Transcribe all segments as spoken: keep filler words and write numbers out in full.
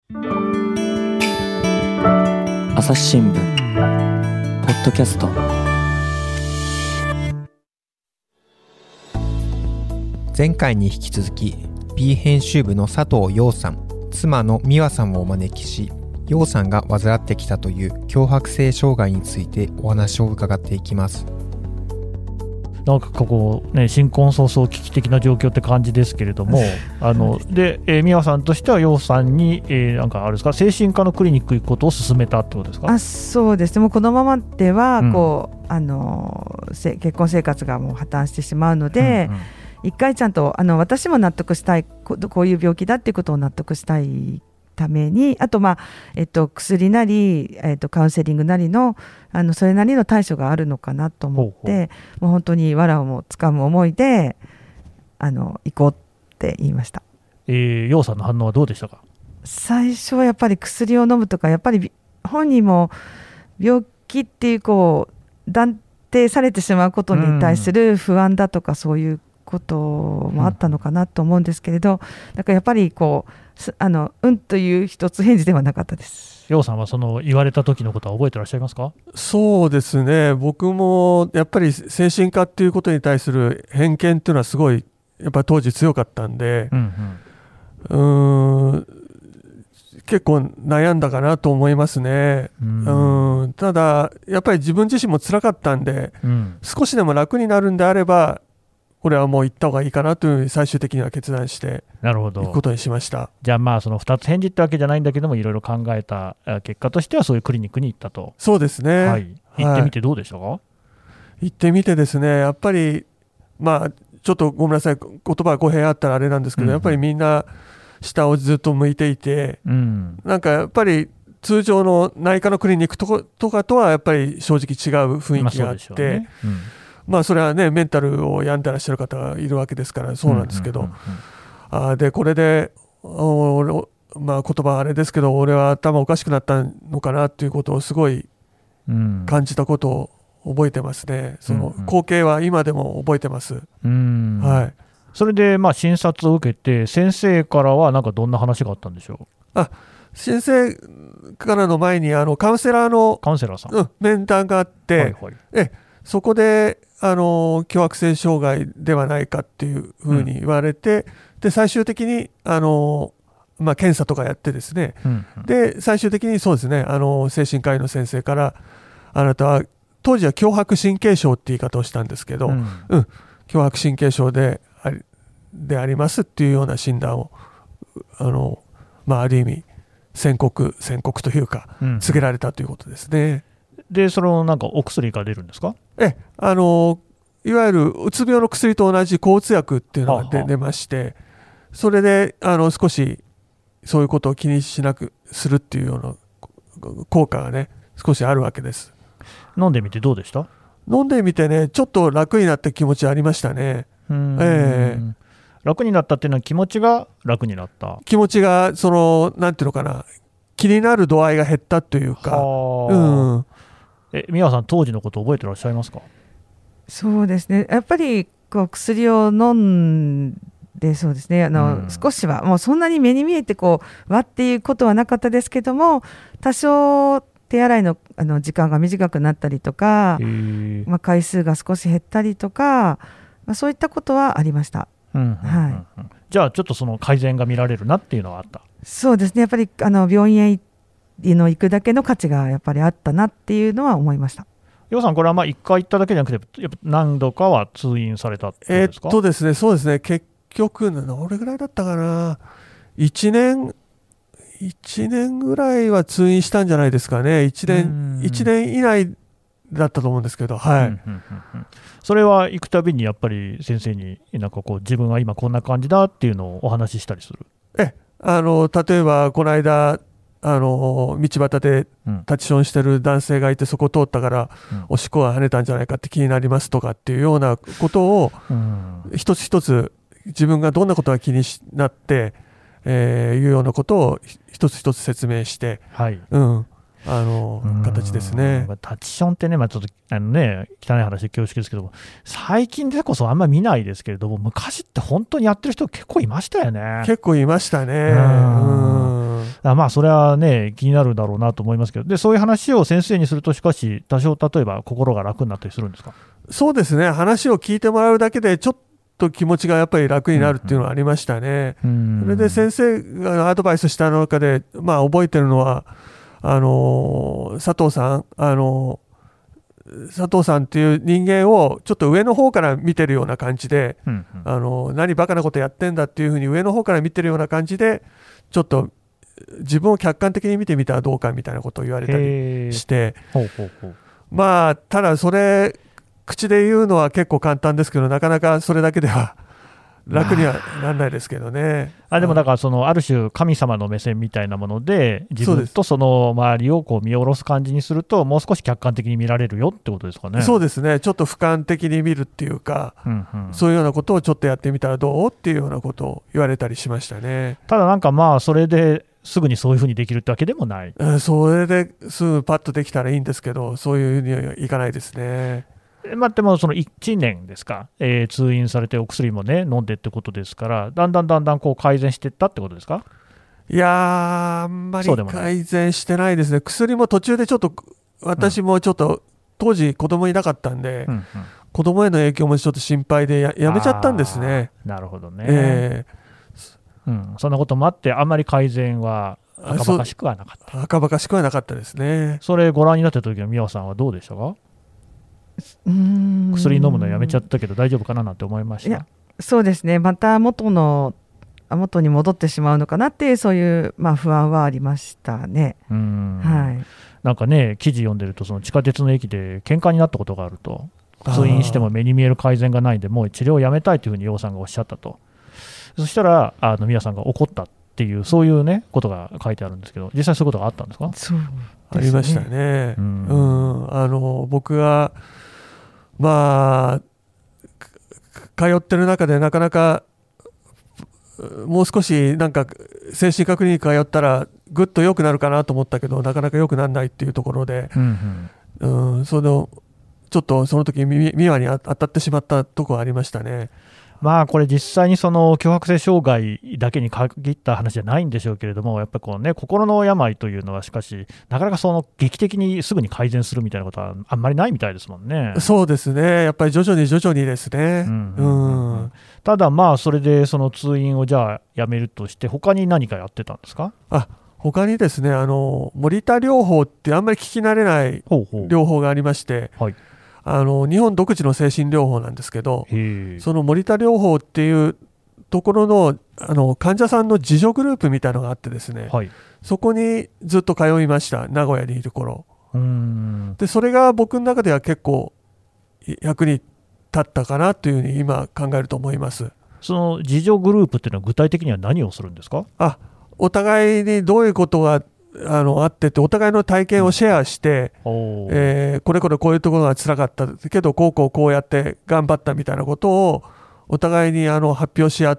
朝日新聞ポッドキャスト。 前回に引き続き B 編集部の佐藤陽さん、妻の美和さんをお招きし、陽さんが患ってきたという強迫性障害についてお話を伺っていきます。 なんかこう、ね、新婚早々危機的な状況って感じですけれどもあので、えー、美和さんとしては陽さんに、えー、なんかあれですか、精神科のクリニック行くことを勧めたってことですか？ あ、そうですね。もうこのままではこう、うん、あの結婚生活がもう破綻してしまうので、うんうん、一回ちゃんとあの私も納得したい、こ, こういう病気だっていうことを納得したいために、あと、まあえっと、薬なり、えっと、カウンセリングなり の, あのそれなりの対処があるのかなと思って、ほうほう、もう本当に藁をもつかむ思いであの行こうって言いました。 えー、陽さんの反応はどうでしたか？ 最初はやっぱり薬を飲むとか、やっぱり本人も病気っていうこう断定されてしまうことに対する不安だとか、そういうこともあったのかなと思うんですけれど、だからやっぱりこうあのうんという一つ返事ではなかったです。 陽さんはその言われた時のことは覚えてらっしゃいますか？ そうですね、僕もやっぱり精神科っていうことに対する偏見っていうのはすごいやっぱり当時強かったんで、うんうん、うーん結構悩んだかなと思いますね。うん、うんただやっぱり自分自身も辛かったんで、うん、少しでも楽になるんであればこれはもう行った方がいいかなというふうに最終的には決断して行くことにしました。 じゃあまあそのふたつ返事ってわけじゃないんだけども、いろいろ考えた結果としてはそういうクリニックに行ったと。 そうですね、 はい、行ってみてどうでしたか？はい、 行ってみてですね、やっぱりまあちょっとごめんなさい、言葉が語弊あったらあれなんですけど、うん、やっぱりみんな下をずっと向いていて、うん、なんかやっぱり通常の内科のクリニックとか、とかとはやっぱり正直違う雰囲気があって、まあそうでしょうね、うん、まあそれはねメンタルを病んでらっしゃる方がいるわけですからそうなんですけど、うんうんうんうん、あでこれでまあ言葉あれですけど俺は頭おかしくなったのかなっていうことをすごい感じたことを覚えてますね。その光景は今でも覚えてます。うん、はい、 それでまあ診察を受けて先生からはなんかどんな話があったんでしょう？ あ先生からの前にあのカウンセラーのカウンセラーさん、 うん、面談があって、はいはい、えそこであの強迫性障害ではないかっていうふうに言われて、うん、で最終的にあの、まあ、検査とかやってですね、うんうん、で最終的にそうですね、あの精神科医の先生からあなたは当時は強迫神経症って言い方をしたんですけど、うんうん、強迫神経症であり、でありますっていうような診断をあの、まあ、ある意味宣告宣告というか、うん、告げられたということですね。 でそのなんかお薬が出るんですか？ えあのいわゆるうつ病の薬と同じ抗うつ薬っていうのが 出, 出まして、それであの少しそういうことを気にしなくするっていうような効果がね少しあるわけです。 飲んでみてどうでした？ 飲んでみてねちょっと楽になった気持ちありましたね。うーん、えー、 楽になったっていうのは気持ちが楽になった？ 気持ちがそのなんていうのかな、気になる度合いが減ったというか、うん、 え美和さん当時のこと覚えてらっしゃいますか？ そうですね、やっぱりこう薬を飲んでそうですね、あの、うん、少しはもうそんなに目に見えてこうわっていうことはなかったですけども、多少手洗い の, あの時間が短くなったりとか、まあ、回数が少し減ったりとか、まあ、そういったことはありました。うんうんうんうん、はい、 じゃあちょっとその改善が見られるなっていうのはあった？ そうですね、やっぱりあの病院への行くだけの価値がやっぱりあったなっていうのは思いました。 陽さんこれはまあいっかい行っただけじゃなくてやっぱ何度かは通院されたってことですか？ えー、っとですねそうですね、結局どれぐらいだったかな、いちねんいちねんぐらいは通院したんじゃないですかね。いちねんいちねん以内だったと思うんですけど、はい、うんうんうんうん、それは行くたびにやっぱり先生になんかこう自分は今こんな感じだっていうのをお話ししたりする？ えあの例えばこの間あの道端で立ちションしてる男性がいて、そこ通ったから、うん、おしっこが跳ねたんじゃないかって気になりますとかっていうようなことを、うん、一つ一つ自分がどんなことが気になって、えー、いうようなことを一つ一つ説明して、はいうん、あの形ですね。 タッチションってね、まあ、ちょっとあのね汚い話で恐縮ですけども、最近でこそあんま見ないですけれども、昔って本当にやってる人結構いましたよね。 結構いましたね。うんあまあそれはね気になるだろうなと思いますけど、でそういう話を先生にするとしかし多少例えば心が楽になったりするんですか？ そうですね、話を聞いてもらうだけでちょっと気持ちがやっぱり楽になるっていうのはありましたね、うんうん、それで先生がアドバイスした中で、まあ、覚えてるのはあのー、佐藤さんあのー佐藤さんっていう人間をちょっと上の方から見てるような感じで、うんうん、あの何バカなことやってんだっていうふうに上の方から見てるような感じでちょっと自分を客観的に見てみたらどうかみたいなことを言われたりしてほうほうほう、まあただそれ口で言うのは結構簡単ですけどなかなかそれだけでは楽にはならないですけどね。 あでもだからそのある種神様の目線みたいなもので自分とその周りをこう見下ろす感じにするともう少し客観的に見られるよってことですかね。 そうですね、ちょっと俯瞰的に見るっていうか、うんうん、そういうようなことをちょっとやってみたらどうっていうようなことを言われたりしましたね。 ただなんかまあそれですぐにそういうふうにできるってわけでもない、 えー、それですぐパッとできたらいいんですけどそういうふうにはいかないですね。 まあ、でもそのいちねんですか、えー、通院されてお薬もね飲んでってことですからだんだんだんだんこう改善していったってことですか？ いやーあんまり改善してないですね。薬も途中でちょっと私もちょっと、うん、当時子供いなかったんで、うんうん、子供への影響もちょっと心配で や, やめちゃったんですね。 なるほどね、 えーうん、そんなこともあってあんまり改善は赤ばかしくはなかった。 赤ばかしくはなかったですね。 それご覧になった時の美和さんはどうでしたか？うーん薬飲むのやめちゃったけど大丈夫かななんて思いました。 いやそうですね、また元の元に戻ってしまうのかなっていうそういう、まあ、不安はありましたね。うーん、はい、 なんかね記事読んでるとその地下鉄の駅で喧嘩になったことがあると通院しても目に見える改善がないんでもう治療をやめたいというふうに楊さんがおっしゃったと。そしたらあの宮さんが怒ったっていうそういうねことが書いてあるんですけど実際そういうことがあったんですか？ そうですね、 ありましたね。うん、うん、あの僕がまあ通ってる中でなかなかもう少しなんか精神科クリニック通ったらぐっと良くなるかなと思ったけどなかなか良くならないっていうところで、うんうんうん、そのちょっとその時ミワに当たってしまったところありましたね。 まあこれ実際にその強迫性障害だけに限った話じゃないんでしょうけれどもやっぱりこうね心の病というのはしかしなかなかその劇的にすぐに改善するみたいなことはあんまりないみたいですもんね。 そうですね、やっぱり徐々に徐々にですね、うんうんうんうん、 ただまあそれでその通院をじゃあやめるとして他に何かやってたんですか？ あ他にですねあの森田療法ってあんまり聞き慣れない療法がありまして、ほうほう、はい、あの日本独自の精神療法なんですけどその森田療法っていうところ の, あの患者さんの自助グループみたいなのがあってですね、はい、そこにずっと通いました。名古屋にいる頃うーんでそれが僕の中では結構役に立ったかなというふうに今考えると思います。 その自助グループっていうのは具体的には何をするんですか？ あお互いにどういうことがあのあってってお互いの体験をシェアして、うんえー、これこれこういうところが辛かったけどこうこうこうやって頑張ったみたいなことをお互いにあの発表し合って、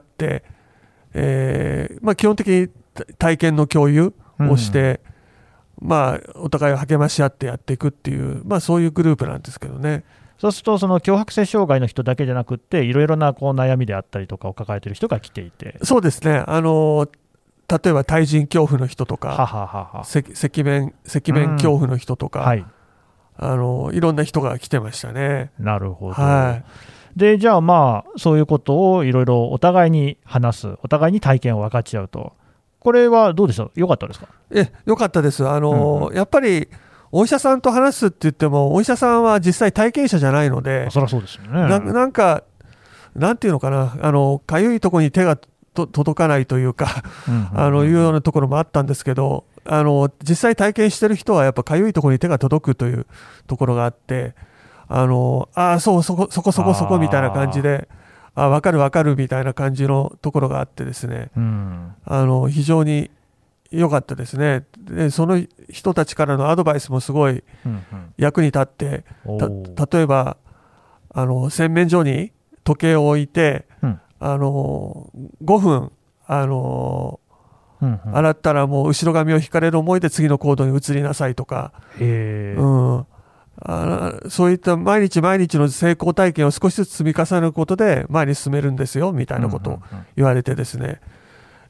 えーまあ、基本的に体験の共有をして、うんまあ、お互いを励まし合ってやっていくっていう、まあ、そういうグループなんですけどね。 そうするとその強迫性障害の人だけじゃなくっていろいろなこう悩みであったりとかを抱えている人が来ていて。 そうですね、あの例えば対人恐怖の人とかはははは赤面赤面恐怖の人とか、うんはい、あのいろんな人が来てましたね。 なるほど、はい、でじゃあまあそういうことをいろいろお互いに話すお互いに体験を分かち合うとこれはどうでした？良かったですか？ え良かったです。あの、うん、やっぱりお医者さんと話すって言ってもお医者さんは実際体験者じゃないのでそりゃそうですよね。 な, なんかなんていうのかなあのかゆいところに手がと届かないというか、うんうんうん、あのいうようなところもあったんですけどあの実際体験してる人はやっぱかゆいところに手が届くというところがあってあのあそうそこそこそこそこみたいな感じであ分かる分かるみたいな感じのところがあってですね、うん、あの非常に良かったですね。でその人たちからのアドバイスもすごい役に立って、うんうん、た例えばあの洗面所に時計を置いて、うんあのごふん、あのうんうん、洗ったらもう後ろ髪を引かれる思いで次の行動に移りなさいとか、へー、うん、あそういった毎日毎日の成功体験を少しずつ積み重ねることで前に進めるんですよみたいなことを言われてですね、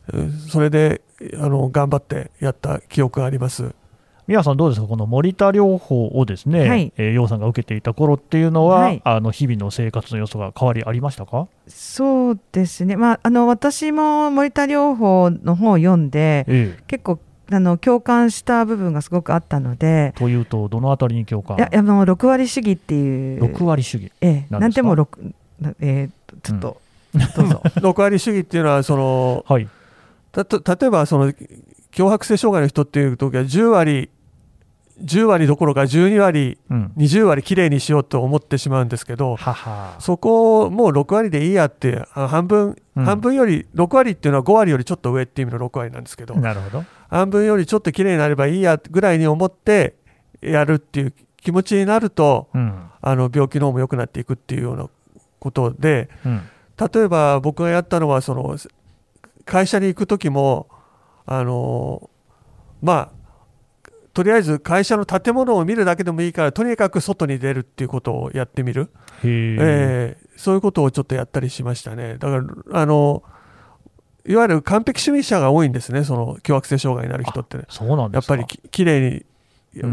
それであの頑張ってやった記憶があります。 宮さんどうですか、この森田療法をですね、はい、えー、楊さんが受けていた頃っていうのは、はい、あの日々の生活の要素が変わりありましたか？ そうですね、まあ、あの私も森田療法の本を読んで、ええ、結構あの共感した部分がすごくあったので。 というとどのあたりに共感？ いや、あのろく割主義っていう。 ろく割主義、 ええ、なんでもろく、えー、ちょっと、うん、どうぞろく割主義っていうのはその、はい、たと例えばその強迫性障害の人っていう時はじゅう割じゅう割どころかじゅうに割、うん、にじゅう割きれいにしようと思ってしまうんですけど、ははそこをもうろく割でいいやって、半分、うん、半分よりろく割っていうのはご割よりちょっと上っていう意味のろく割なんですけど、 なるほど、 半分よりちょっときれいになればいいやぐらいに思ってやるっていう気持ちになると、うん、あの病気の方も良くなっていくっていうようなことで、うん、例えば僕がやったのはその会社に行く時もあのまあとりあえず会社の建物を見るだけでもいいからとにかく外に出るっていうことをやってみる、えー、そういうことをちょっとやったりしましたね。だからあのいわゆる完璧主義者が多いんですね、その強迫性障害になる人ってね。 そうなんですか。 やっぱりききれいに、うんうん、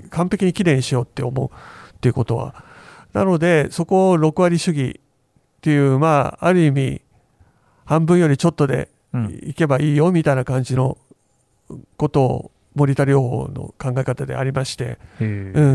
完璧にきれいにしようって思うっていうことは、なのでそこをろく割主義っていう、まあある意味半分よりちょっとでいけばいいよみたいな感じのことを森田療法の考え方でありまして、 へー、うん、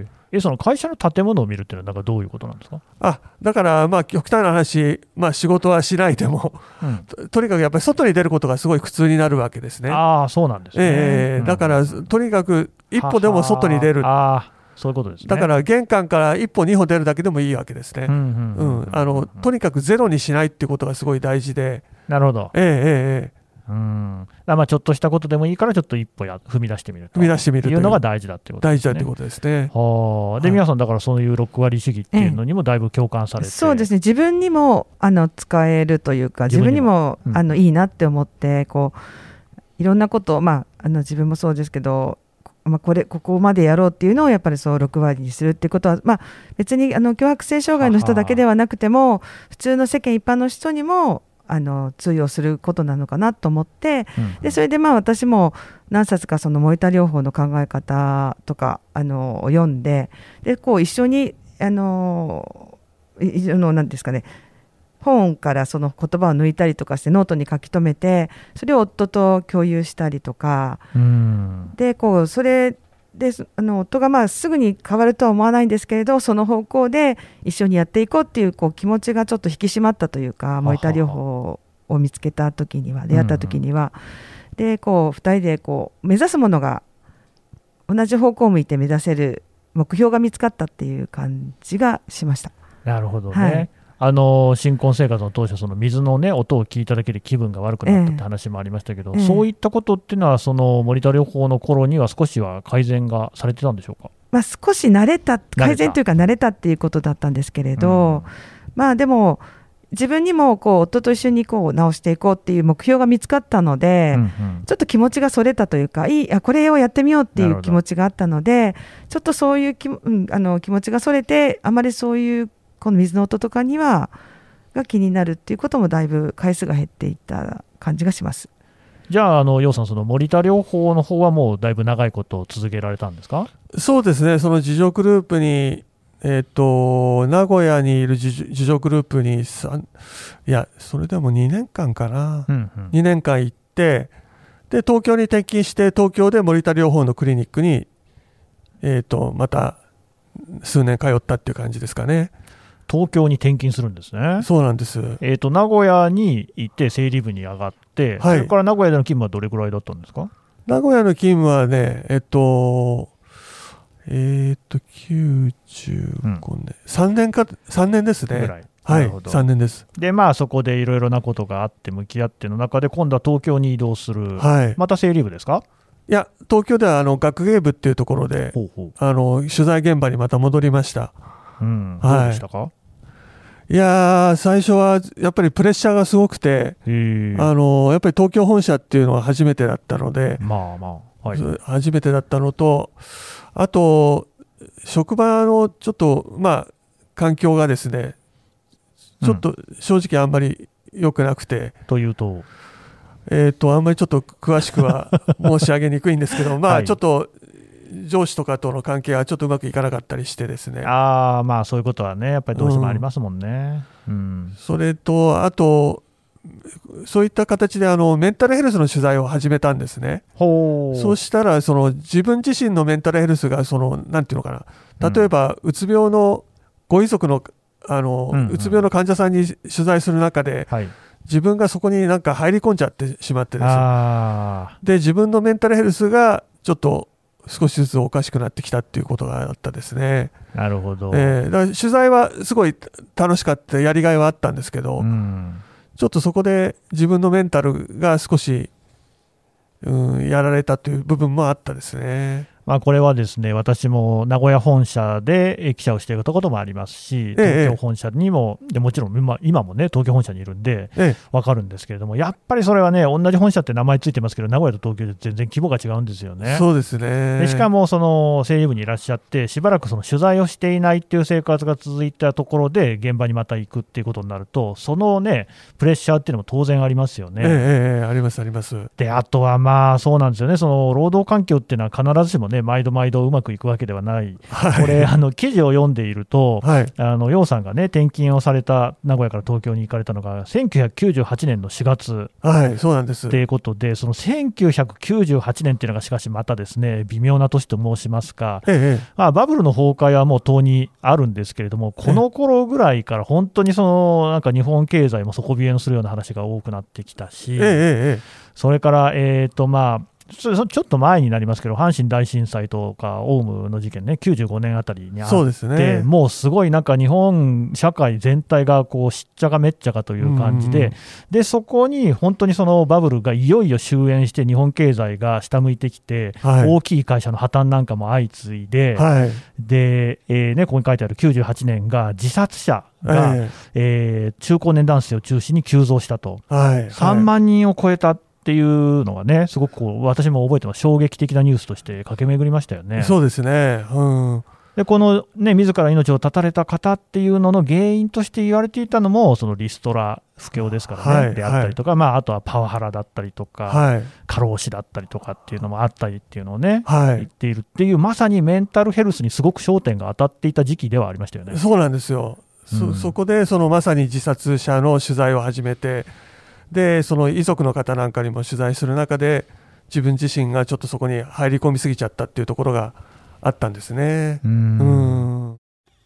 えその会社の建物を見るっていうのはなんかどういうことなんですか？ あだからまあ極端な話、まあ、仕事はしないでも、うん、と, とにかくやっぱり外に出ることがすごい苦痛になるわけですね。 ああそうなんですね、 えーうん、だからとにかく一歩でも外に出る、 ははあそういうことですね。 だから玄関から一歩二歩出るだけでもいいわけですね。とにかくゼロにしないっていうことがすごい大事で。 なるほど、 えーえーえーうんまあちょっとしたことでもいいからちょっと一歩や踏み出してみると踏み出してみるというのが大事だってことですね。 大事だってことですね。 はで、皆さんだからそういうろく割主義っていうのにもだいぶ共感されて、ええ、 そうですね、自分にもあの使えるというか自分にも、うん、あのいいなって思ってこういろんなことを、まあ、あの自分もそうですけど、まあ、これここまでやろうっていうのをやっぱりそうろく割にするっていうことは、まあ、別にあの強迫性障害の人だけではなくても普通の世間一般の人にもあの通用することなのかなと思って、うん、でそれでまあ私も何冊かその森田療法の考え方とかあの読んで、でこう一緒にあの何ですかね、本からその言葉を抜いたりとかしてノートに書き留めてそれを夫と共有したりとか、うん、でこうそれであの夫がまあすぐに変わるとは思わないんですけれど、その方向で一緒にやっていこうっていう、こう気持ちがちょっと引き締まったというか、森田療法を見つけた時には出会った時には、うん、でこうふたりでこう目指すものが同じ方向を向いて目指せる目標が見つかったっていう感じがしました。 なるほどね、はい、あの新婚生活の当初、その水の、ね、音を聞いただけで気分が悪くなったって話もありましたけど、ええ、そういったことっていうのはその森田療法の頃には少しは改善がされてたんでしょうか？ まあ、少し慣れた改善というか慣れたっていうことだったんですけれど、うん、まあでも自分にもこう夫と一緒にこう直していこうっていう目標が見つかったので、うんうん、ちょっと気持ちがそれたというか、いいあこれをやってみようっていう気持ちがあったので、ちょっとそういう気、うん、あの気持ちがそれて、あまりそういうこの水の音とかにはが気になるっていうこともだいぶ回数が減っていった感じがします。 じゃあ、あの楊さん、その森田療法の方はもうだいぶ長いこと続けられたんですか？ そうですね、その自助グループに、えー、と名古屋にいる自助グループにいやそれでもにねんかんかな、うんうん、にねんかん行って、で東京に転勤して東京で森田療法のクリニックに、えー、とまた数年通ったっていう感じですかね。 東京に転勤するんですね。 そうなんです、 えー、と名古屋に行って整理部に上がって、はい、それから名古屋での勤務はどれくらいだったんですか？ 名古屋の勤務はね、えっとえー、っときゅうじゅうごねん、うん、さんねんかさんねんですねぐらい。はい、さんねんです。 でまあそこでいろいろなことがあって向き合っての中で今度は東京に移動する、はい、また整理部ですか？ いや東京ではあの学芸部っていうところでほうほうあの取材現場にまた戻りました。 うん、どうでしたか？はい、 いや最初はやっぱりプレッシャーがすごくて、あのやっぱり東京本社っていうのは初めてだったので、まあまあはい、初めてだったのと、あと職場のちょっとまあ環境がですねちょっと正直あんまり良くなくて、 うん、というとえー、とあんまりちょっと詳しくは申し上げにくいんですけど、まあちょっと上司とかとの関係はちょっとうまくいかなかったりしてですね。 あまあそういうことはねやっぱりどうしてもありますもんね、うんうん、 それとあとそういった形であのメンタルヘルスの取材を始めたんですね。 ほう。 そうしたらその自分自身のメンタルヘルスがそのなんていうのかな、例えばうつ病のご遺族のあの、うんうん、うつ病の患者さんに取材する中で、はい、自分がそこになんか入り込んじゃってしまってですね、あで自分のメンタルヘルスがちょっと少しずつおかしくなってきたっていうことがあったですね。 なるほど、 えー、だから取材はすごい楽しかったやりがいはあったんですけど、うん、ちょっとそこで自分のメンタルが少し、うん、やられたという部分もあったですね。 まあ、これはですね、私も名古屋本社で記者をしていたこともありますし、東京本社にも、でもちろん今、今もね、東京本社にいるんで、分かるんですけれども、やっぱりそれはね、同じ本社って名前ついてますけど、名古屋と東京で全然規模が違うんですよね。 そうですね。 でしかも、その政治部にいらっしゃって、しばらくその取材をしていないっていう生活が続いたところで、現場にまた行くっていうことになると、そのね、プレッシャーっていうのも当然ありますよね。 ええええ、あります、あります。 で、あとはまあ、そうなんですよね、その労働環境っていうのは必ずしもね、毎度毎度うまくいくわけではない、はい、これあの記事を読んでいると、はい、あの楊さんがね転勤をされた名古屋から東京に行かれたのがせんきゅうひゃくきゅうじゅうはちねんのしがつ、 はい、そうなんですということで、そのせんきゅうひゃくきゅうじゅうはちねんっていうのがしかしまたですね微妙な年と申しますか、ええまあ、バブルの崩壊はもうとうにあるんですけれども、この頃ぐらいから本当にそのなんか日本経済も底冷えのするような話が多くなってきたし、ええ、それからえーとまあちょっと前になりますけど、阪神大震災とかオウムの事件ね、きゅうじゅうごねんあたりにあって、そうですね、もうすごいなんか日本社会全体がこうしっちゃかめっちゃかという感じで、うんうん、でそこに本当にそのバブルがいよいよ終焉して日本経済が下向いてきて、はい、大きい会社の破綻なんかも相次いで、はい、で、えーね、ここに書いてあるきゅうじゅうはちねんが自殺者が、えーえー、中高年男性を中心に急増したと、はいはい、さんまんにんを超えたっていうのがね、すごくこう私も覚えてます、衝撃的なニュースとして駆け巡りましたよね。 そうですね、うん、 でこのね自ら命を絶たれた方っていうのの原因として言われていたのも、そのリストラ不況ですからね、はい、であったりとか、はい、まあ、あとはパワハラだったりとか、はい、過労死だったりとかっていうのもあったりっていうのをね、はい、言っているっていう、まさにメンタルヘルスにすごく焦点が当たっていた時期ではありましたよね。 そうなんですよ、うん、そ, そこでそのまさに自殺者の取材を始めて、でその遺族の方なんかにも取材する中で、自分自身がちょっとそこに入り込みすぎちゃったっていうところがあったんですね。うん、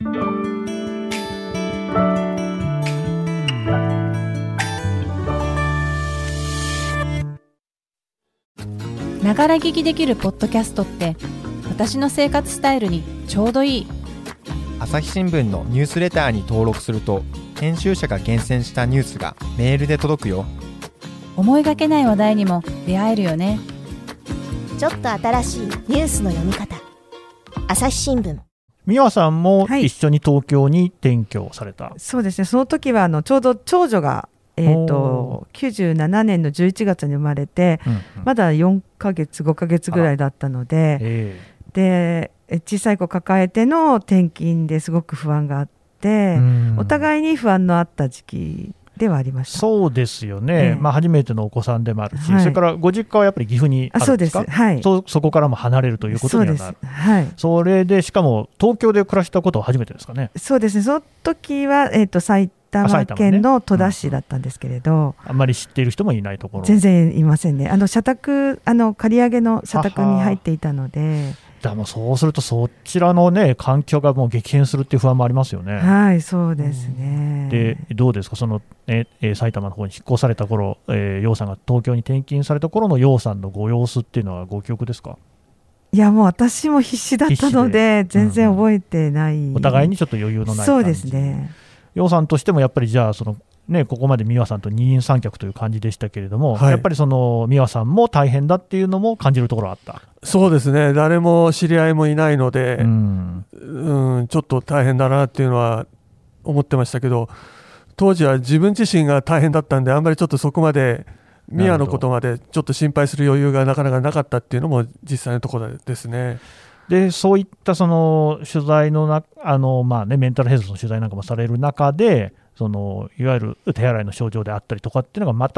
ながら聞きできるポッドキャストって私の生活スタイルにちょうどいい。 朝日新聞のニュースレターに登録すると、編集者が厳選したニュースがメールで届くよ。 思いがけない話題にも出会えるよね。 ちょっと新しいニュースの読み方、朝日新聞。 美和さんも一緒に東京に転居された、はい、 そうですね。その時はあのちょうど長女が、えー、ときゅうじゅうななねんのじゅういちがつに生まれて、うんうん、まだよんかげつごかげつぐらいだったので、えー、で小さい子抱えての転勤ですごく不安があって、お互いに不安のあった時期ではありました。 そうですよね、えーまあ、初めてのお子さんでもあるし、はい、それからご実家はやっぱり岐阜にあるんですか？ あ、そうです、はい、 そ, そこからも離れるということにはなる。 そうです、はい、 それでしかも東京で暮らしたことは初めてですかね？ そうですね。その時は、えー、と埼玉県の戸田市だったんですけれど、ね、うん、 あんまり知っている人もいないところ。 全然いませんね。あの社宅、あの借り上げの社宅に入っていたので。 だもうそうするとそちらの、ね、環境がもう激変するっていう不安もありますよね。 はい、そうですね。 でどうですか、その、ね、埼玉の方に引っ越された頃、えー、楊さんが東京に転勤された頃の楊さんのご様子っていうのはご記憶ですか？ いやもう私も必死だったので全然覚えてない、うん、 お互いにちょっと余裕のない感じ。 そうですね。 楊さんとしてもやっぱりじゃあそのね、ここまで美和さんと二人三脚という感じでしたけれども、はい、やっぱりその美和さんも大変だっていうのも感じるところはあった。 そうですね。誰も知り合いもいないので、うん、うん、ちょっと大変だなっていうのは思ってましたけど、当時は自分自身が大変だったんで、あんまりちょっとそこまで美和のことまでちょっと心配する余裕がなかなかなかったっていうのも実際のところですね。 でそういったその取材のなあの、まあね、メンタルヘルスの取材なんかもされる中で、そのいわゆる手洗いの症状であったりとかっていうのがまた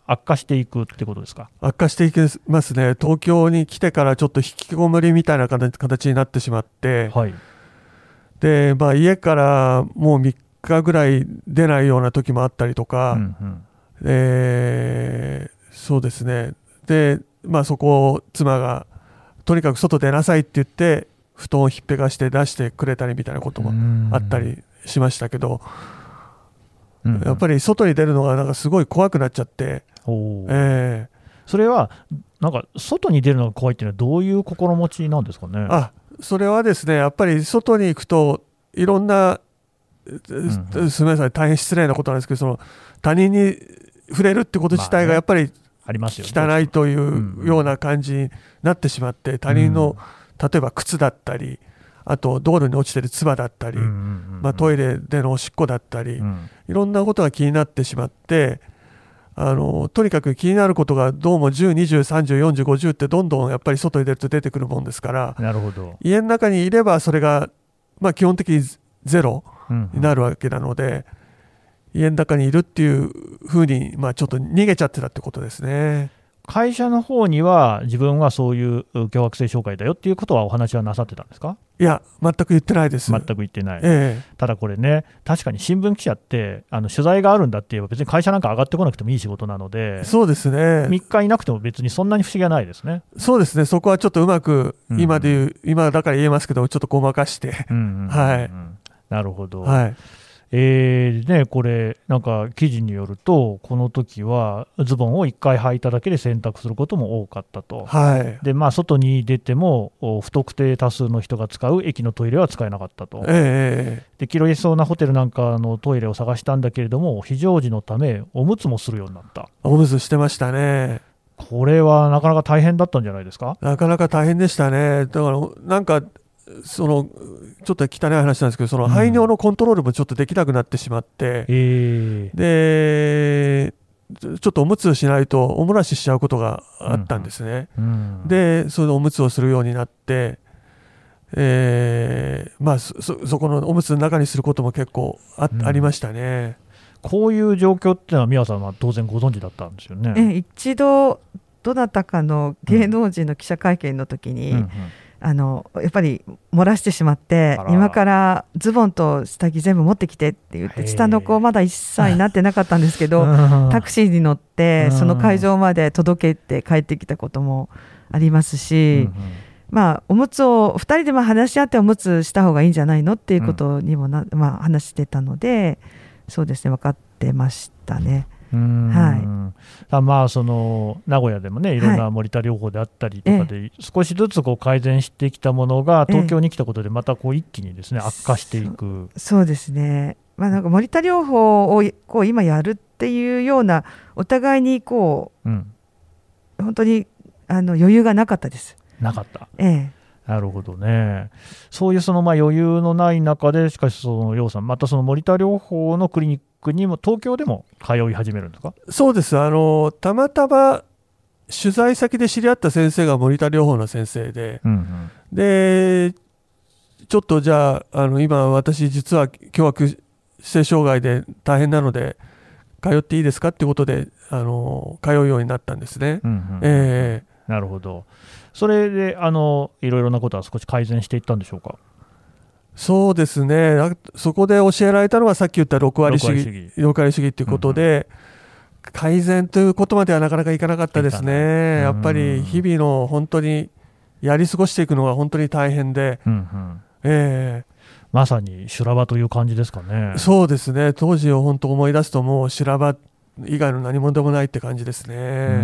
悪化していくってことですか？ 悪化していきますね。東京に来てからちょっと引きこもりみたいな形になってしまって、はい、で、まあ、家からもうみっかぐらい出ないような時もあったりとか、うんうん、えー、そうですね。で、まあ、そこを妻がとにかく外出なさいって言って布団をひっぺがして出してくれたりみたいなこともあったりしましたけど、うんうん、やっぱり外に出るのがなんかすごい怖くなっちゃって、えー、 それはなんか外に出るのが怖いっていうのはどういう心持ちなんですかね？ あ、それはですね、やっぱり外に行くといろんな、うんうん、すみません、大変失礼なことなんですけど、その他人に触れるってこと自体がやっぱり汚いというような感じになってしまって、他人の例えば靴だったり、あと道路に落ちてる唾だったり、まあ、トイレでのおしっこだったり、うん、いろんなことが気になってしまって、あのとにかく気になることがどうもじゅう、にじゅう、さんじゅう、よんじゅう、ごじゅうってどんどんやっぱり外に出ると出てくるもんですから、 なるほど、 家の中にいればそれが、まあ、基本的にゼロになるわけなので、うんうん、家の中にいるっていうふうに、まあ、ちょっと逃げちゃってたってことですね。 会社の方には自分はそういう強迫性障害だよっていうことはお話はなさってたんですか？ いや、全く言ってないです。 全く言ってない、 ええ、 ただこれね、確かに新聞記者ってあの取材があるんだって言えば別に会社なんか上がってこなくてもいい仕事なので、 そうですね、 みっかいなくても別にそんなに不思議はないですね。 そうですね、そこはちょっとうまく今で言う、うん、今だから言えますけどちょっとごまかして、うんうんうん、はい、 なるほど、 はい、 えーね、これなんか記事によるとこの時はズボンをいっかい履いただけで洗濯することも多かったと、 はい、 でまあ、外に出ても不特定多数の人が使う駅のトイレは使えなかったと、 えー、 で気のそうなホテルなんかのトイレを探したんだけれども非常時のためおむつもするようになった。 おむつしてましたね。 これはなかなか大変だったんじゃないですか？ なかなか大変でしたね。だからなんかそのちょっと汚い話なんですけど、その排尿のコントロールもちょっとできなくなってしまって、うん、でちょっとおむつをしないとおもらししちゃうことがあったんですね、うんうん、でそのおむつをするようになって、えーまあ、そ, そこのおむつの中にすることも結構 あ,、うん、ありましたね。 こういう状況っていうのは宮さんは当然ご存知だったんですよね。 え一度どなたかの芸能人の記者会見の時に、うんうんうん、あのやっぱり漏らしてしまって、今からズボンと下着全部持ってきてって言って、下の子まだいっさいになってなかったんですけどタクシーに乗ってその会場まで届けて帰ってきたこともありますし、うんうん、まあ、おむつをふたりでも話し合っておむつした方がいいんじゃないのっていうことにもな、うん、まあ、話してたので、そうですね、分かってましたね。 うーん、はい、まあ、その名古屋でもね、いろんなモニター療法であったりとかで、はい、少しずつこう改善してきたものが東京に来たことでまたこう一気にですね、悪化していく。 そ, そうですね、まあ、なんかモニター療法をこう今やるっていうようなお互いにこう、うん、本当にあの余裕がなかったです。 なかった、 ええ、 なるほどね。そういうそのまあ余裕のない中で、しかしその楊さん、またそのモニター療法のクリニックにも東京でも通い始めるんですか？ そうです。あのたまたま取材先で知り合った先生がモニター療法の先生で、うんうん、でちょっとじゃあ、あの今私実は強迫性障害で大変なので通っていいですかっていうことで、あの通うようになったんですね、うんうん、えー、なるほど。それであのいろいろなことは少し改善していったんでしょうか？ そうですね、そこで教えられたのはさっき言ったろくわり主義、ろくわり主義ということで、うんうん、改善ということまではなかなかいかなかったですね。やっぱり日々の本当にやり過ごしていくのが本当に大変で、うんうん、えー、 まさに修羅場という感じですかね。 そうですね、当時を本当思い出すともう修羅場以外の何もでもないって感じですね。うん、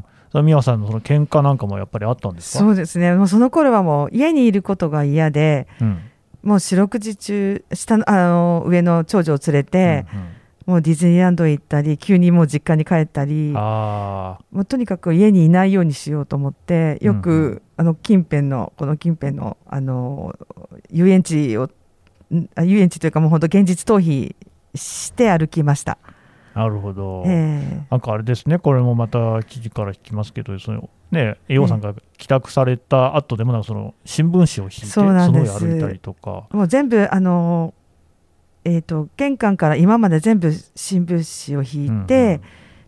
美和さんのその喧嘩なんかもやっぱりあったんですか？ そうですね、もうその頃はもう家にいることが嫌で、うん、もう四六時中下の、あの上の長女を連れて、うんうん、もうディズニーランドへ行ったり、急にもう実家に帰ったり、あもうとにかく家にいないようにしようと思って、よく、うんうん、あの近辺のこの近辺の、あの遊園地を遊園地というかもう本当現実逃避して歩きました。 なるほど、えー、なんかあれですね、これもまた記事から引きますけど、そのね、楊さんが帰宅された後でもなんかその新聞紙を引いてその上歩いたりとか、 もう全部あの、えーと、玄関から今まで全部新聞紙を引いて、うんうん、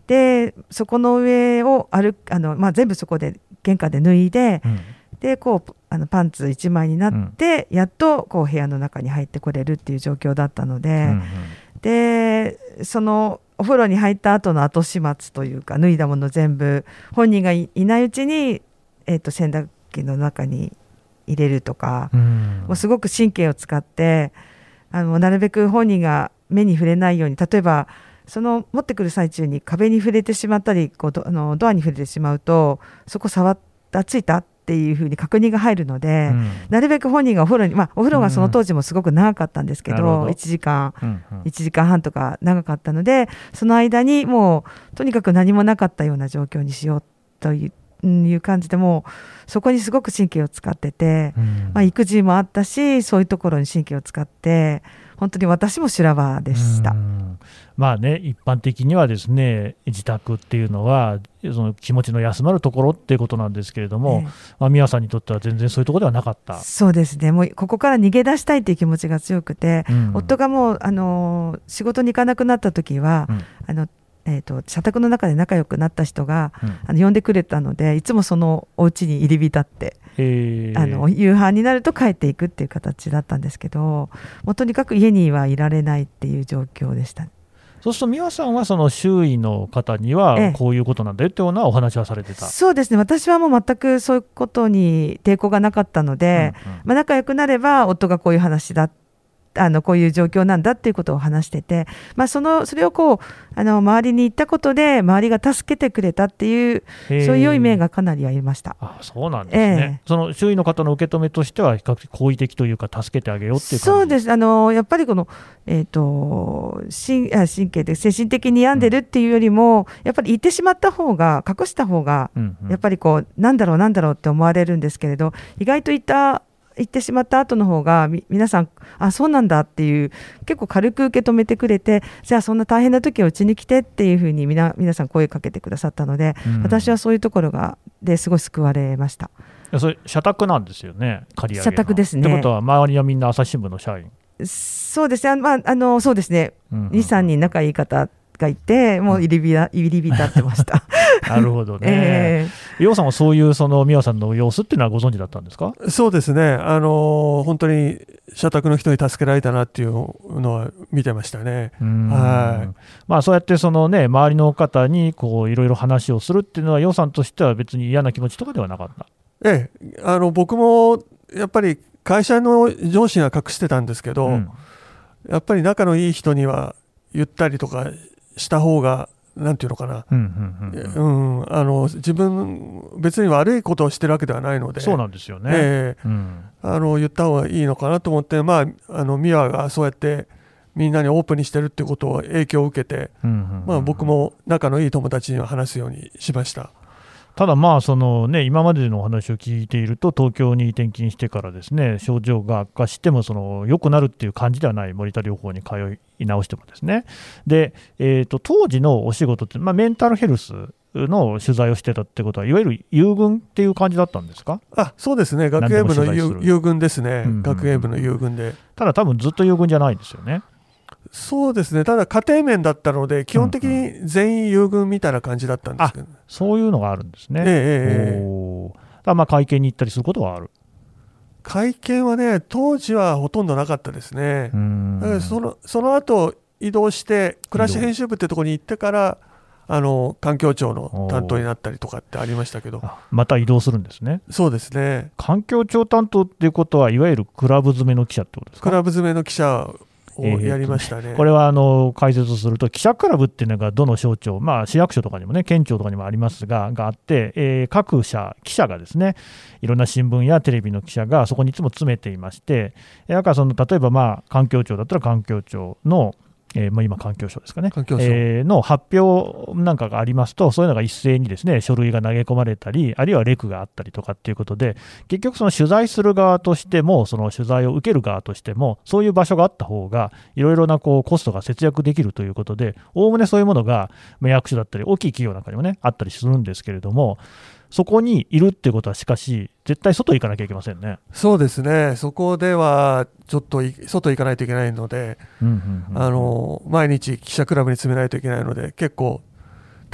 でそこの上を歩くあの、まあ、全部そこで玄関で脱いで、うん、でこうあのパンツいちまいになって、うん、やっとこう部屋の中に入ってこれるっていう状況だったので、うんうん、でそのお風呂に入った後の後始末というか脱いだもの全部本人が い, いないうちに、えー、と洗濯機の中に入れるとか、うん、もうすごく神経を使ってあのなるべく本人が目に触れないように、例えばその持ってくる最中に壁に触れてしまったりこう ド, あのドアに触れてしまうとそこ触ったついたっていう風に確認が入るので、うん、なるべく本人がお風呂に、まあ、お風呂がその当時もすごく長かったんですけど、うん、いちじかん、うんうん、いちじかんはんとか長かったのでその間にもうとにかく何もなかったような状況にしようといういう感じでもうそこにすごく神経を使ってて、うんまあ、育児もあったしそういうところに神経を使って本当に私も修羅場でした。 うんまあね、一般的にはですね自宅っていうのはその気持ちの休まるところっていうことなんですけれども、ええまあ、美和さんにとっては全然そういうところではなかった。 そうですね、もうここから逃げ出したいっていう気持ちが強くて、うん、夫がもうあの仕事に行かなくなった時は、うん、あのえー、と社宅の中で仲良くなった人が、うん、あの呼んでくれたのでいつもそのお家に入り浸ってあの夕飯になると帰っていくっていう形だったんですけどもうとにかく家にはいられないっていう状況でした。 そうすると美和さんはその周囲の方にはこういうことなんだよっていうようなお話はされてた。 そうですね、私はもう全くそういうことに抵抗がなかったので、うんうんまあ、仲良くなれば夫がこういう話だあのこういう状況なんだっていうことを話してて、まあ、そのそれをこうあの周りに言ったことで周りが助けてくれたっていうそういう良い面がかなりありました。 あそうなんですね、えー、その周囲の方の受け止めとしては比較的好意的というか助けてあげようっていう感じ。 そうです、あのやっぱりこの、えー、と 神, 神経で精神的に病んでるっていうよりも、うん、やっぱり言ってしまった方が隠した方が、うんうん、やっぱりこうなんだろうなんだろうって思われるんですけれど意外と言った言ってしまった後の方がみ皆さんあそうなんだっていう結構軽く受け止めてくれてじゃあそんな大変な時はうちに来てっていうふうにみな皆さん声かけてくださったので、うん、私はそういうところがですごい救われました。 それ社宅なんですよね、借り上げの。 社宅ですね。 ってことは周りはみんな朝日新聞の社員。 そうですね、あ、まあ、あのそうですね、うんうんうん、にさんにん仲いい方がいてもう入り浸、うん、入り浸ってましたなるほどね、えー、楊さんはそういうその美和さんの様子っていうのはご存知だったんですか？ そうですね、あのー、本当に社宅の人に助けられたなっていうのは見てましたね。はい、 まあ、そうやってその、ね、周りの方にこういろいろ話をするっていうのは楊さんとしては別に嫌な気持ちとかではなかった？ ええ、あの僕もやっぱり会社の上司が隠してたんですけど、うん、やっぱり仲のいい人には言ったりとかした方がなんていうのかな、あの自分別に悪いことをしてるわけではないので、 そうなんですよね、 えーうん、あの言った方がいいのかなと思って、まあ、あの美和がそうやってみんなにオープンにしてるってことを影響を受けて、まあ、僕も仲のいい友達には話すようにしました。 ただまあその、ね、今までのお話を聞いていると東京に転勤してからですね症状が悪化してもその良くなるっていう感じではない、森田療法に通い直してもですね。で、えーと、当時のお仕事って、まあ、メンタルヘルスの取材をしてたってことはいわゆる遊軍っていう感じだったんですか？ あ、そうですね、学芸部の遊軍ですね、うんうんうん、学芸部の遊軍で。 ただ多分ずっと遊軍じゃないですよね。 そうですね、ただ家庭面だったので基本的に全員遊軍みたいな感じだったんですけど、ね、 うんうん、そういうのがあるんですね。 ええおだからまあ会見に行ったりすることはある？ 会見はね当時はほとんどなかったですね。うんだからそのその後移動して暮らし編集部ってところに行ってからあの環境庁の担当になったりとかってありましたけど、 また移動するんですね。 そうですね、 環境庁担当っていうことはいわゆるクラブ詰めの記者ってことですか？ クラブ詰めの記者をやりましたね。 えー、これはあの解説すると記者クラブっていうのがどの省庁、まあ、市役所とかにもね県庁とかにもありますががあって、えー、各社記者がですねいろんな新聞やテレビの記者がそこにいつも詰めていまして、だからその例えばまあ環境庁だったら環境庁のえーまあ、今環境省ですかね、えー、の発表なんかがありますとそういうのが一斉にですね書類が投げ込まれたりあるいはレクがあったりとかっていうことで結局その取材する側としてもその取材を受ける側としてもそういう場所があった方がいろいろなこうコストが節約できるということでおおむねそういうものが役所だったり大きい企業なんかにもねあったりするんですけれどもそこにいるっていうことはしかし絶対外行かなきゃいけませんね。 そうですね、そこではちょっと外行かないといけないので、うんうんうんうん、あの毎日記者クラブに詰めないといけないので結構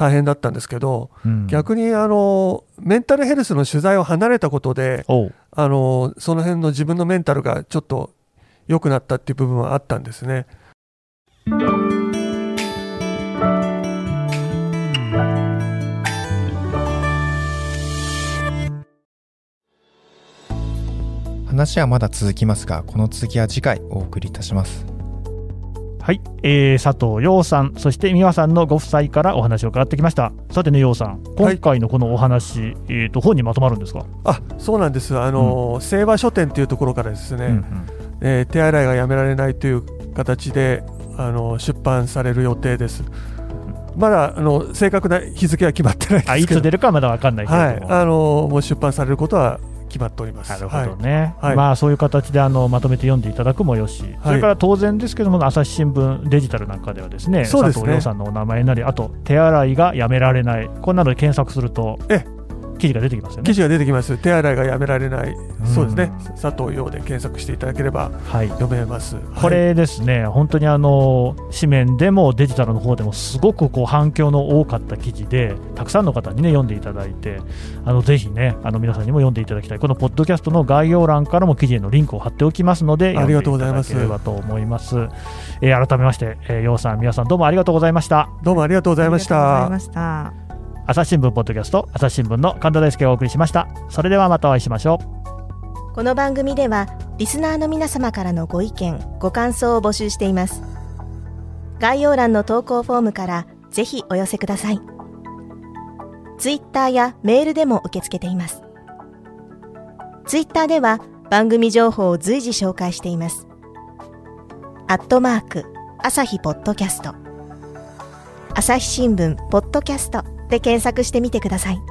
大変だったんですけど、 うん、 逆にあのメンタルヘルスの取材を離れたことであのその辺の自分のメンタルがちょっと良くなったっていう部分はあったんですね。 話はまだ続きますが、この続きは次回お送りいたします。 はい、えー、佐藤陽さん、そして美和さんのご夫妻からお話を伺ってきました。さてね、陽さん、今回のこのお話、はい、えー、と本にまとまるんですか？ あ、そうなんです。あの、うん、清和書店というところからですね、うんうん、えー、手洗いがやめられないという形であの出版される予定です。まだあの正確な日付は決まってないですけど、 あ、いつ出るかはまだ分かんないけれども、 はい、あのもう出版されることは決まっております。 なるほどね、 はい、 まあ、そういう形であのまとめて読んでいただくもよし、はい、それから当然ですけども、朝日新聞デジタルなんかではですね、 そうですね、 佐藤陽さんのお名前なり、あと手洗いがやめられない、こんなので検索するとえ記事が出てきますよね。 記事が出てきます。手洗いがやめられない、そうですね、佐藤陽で検索していただければ読めます、はい、 これですね、本当にあの紙面でもデジタルの方でもすごくこう反響の多かった記事で、たくさんの方に、ね、読んでいただいて、あのぜひね、あの皆さんにも読んでいただきたい。このポッドキャストの概要欄からも記事へのリンクを貼っておきますので、 ありがとうございます。読んでいただければと思います。えー、改めまして、えー、陽さん、美和さん、どうもありがとうございました。 どうもありがとうございました。 朝日新聞ポッドキャスト、朝日新聞の神田大輔がお送りしました。それではまたお会いしましょう。この番組ではリスナーの皆様からのご意見ご感想を募集しています。概要欄の投稿フォームからぜひお寄せください。ツイッターやメールでも受け付けています。ツイッターでは番組情報を随時紹介しています。アットマーク朝日ポッドキャスト、朝日新聞ポッドキャストで検索してみてください。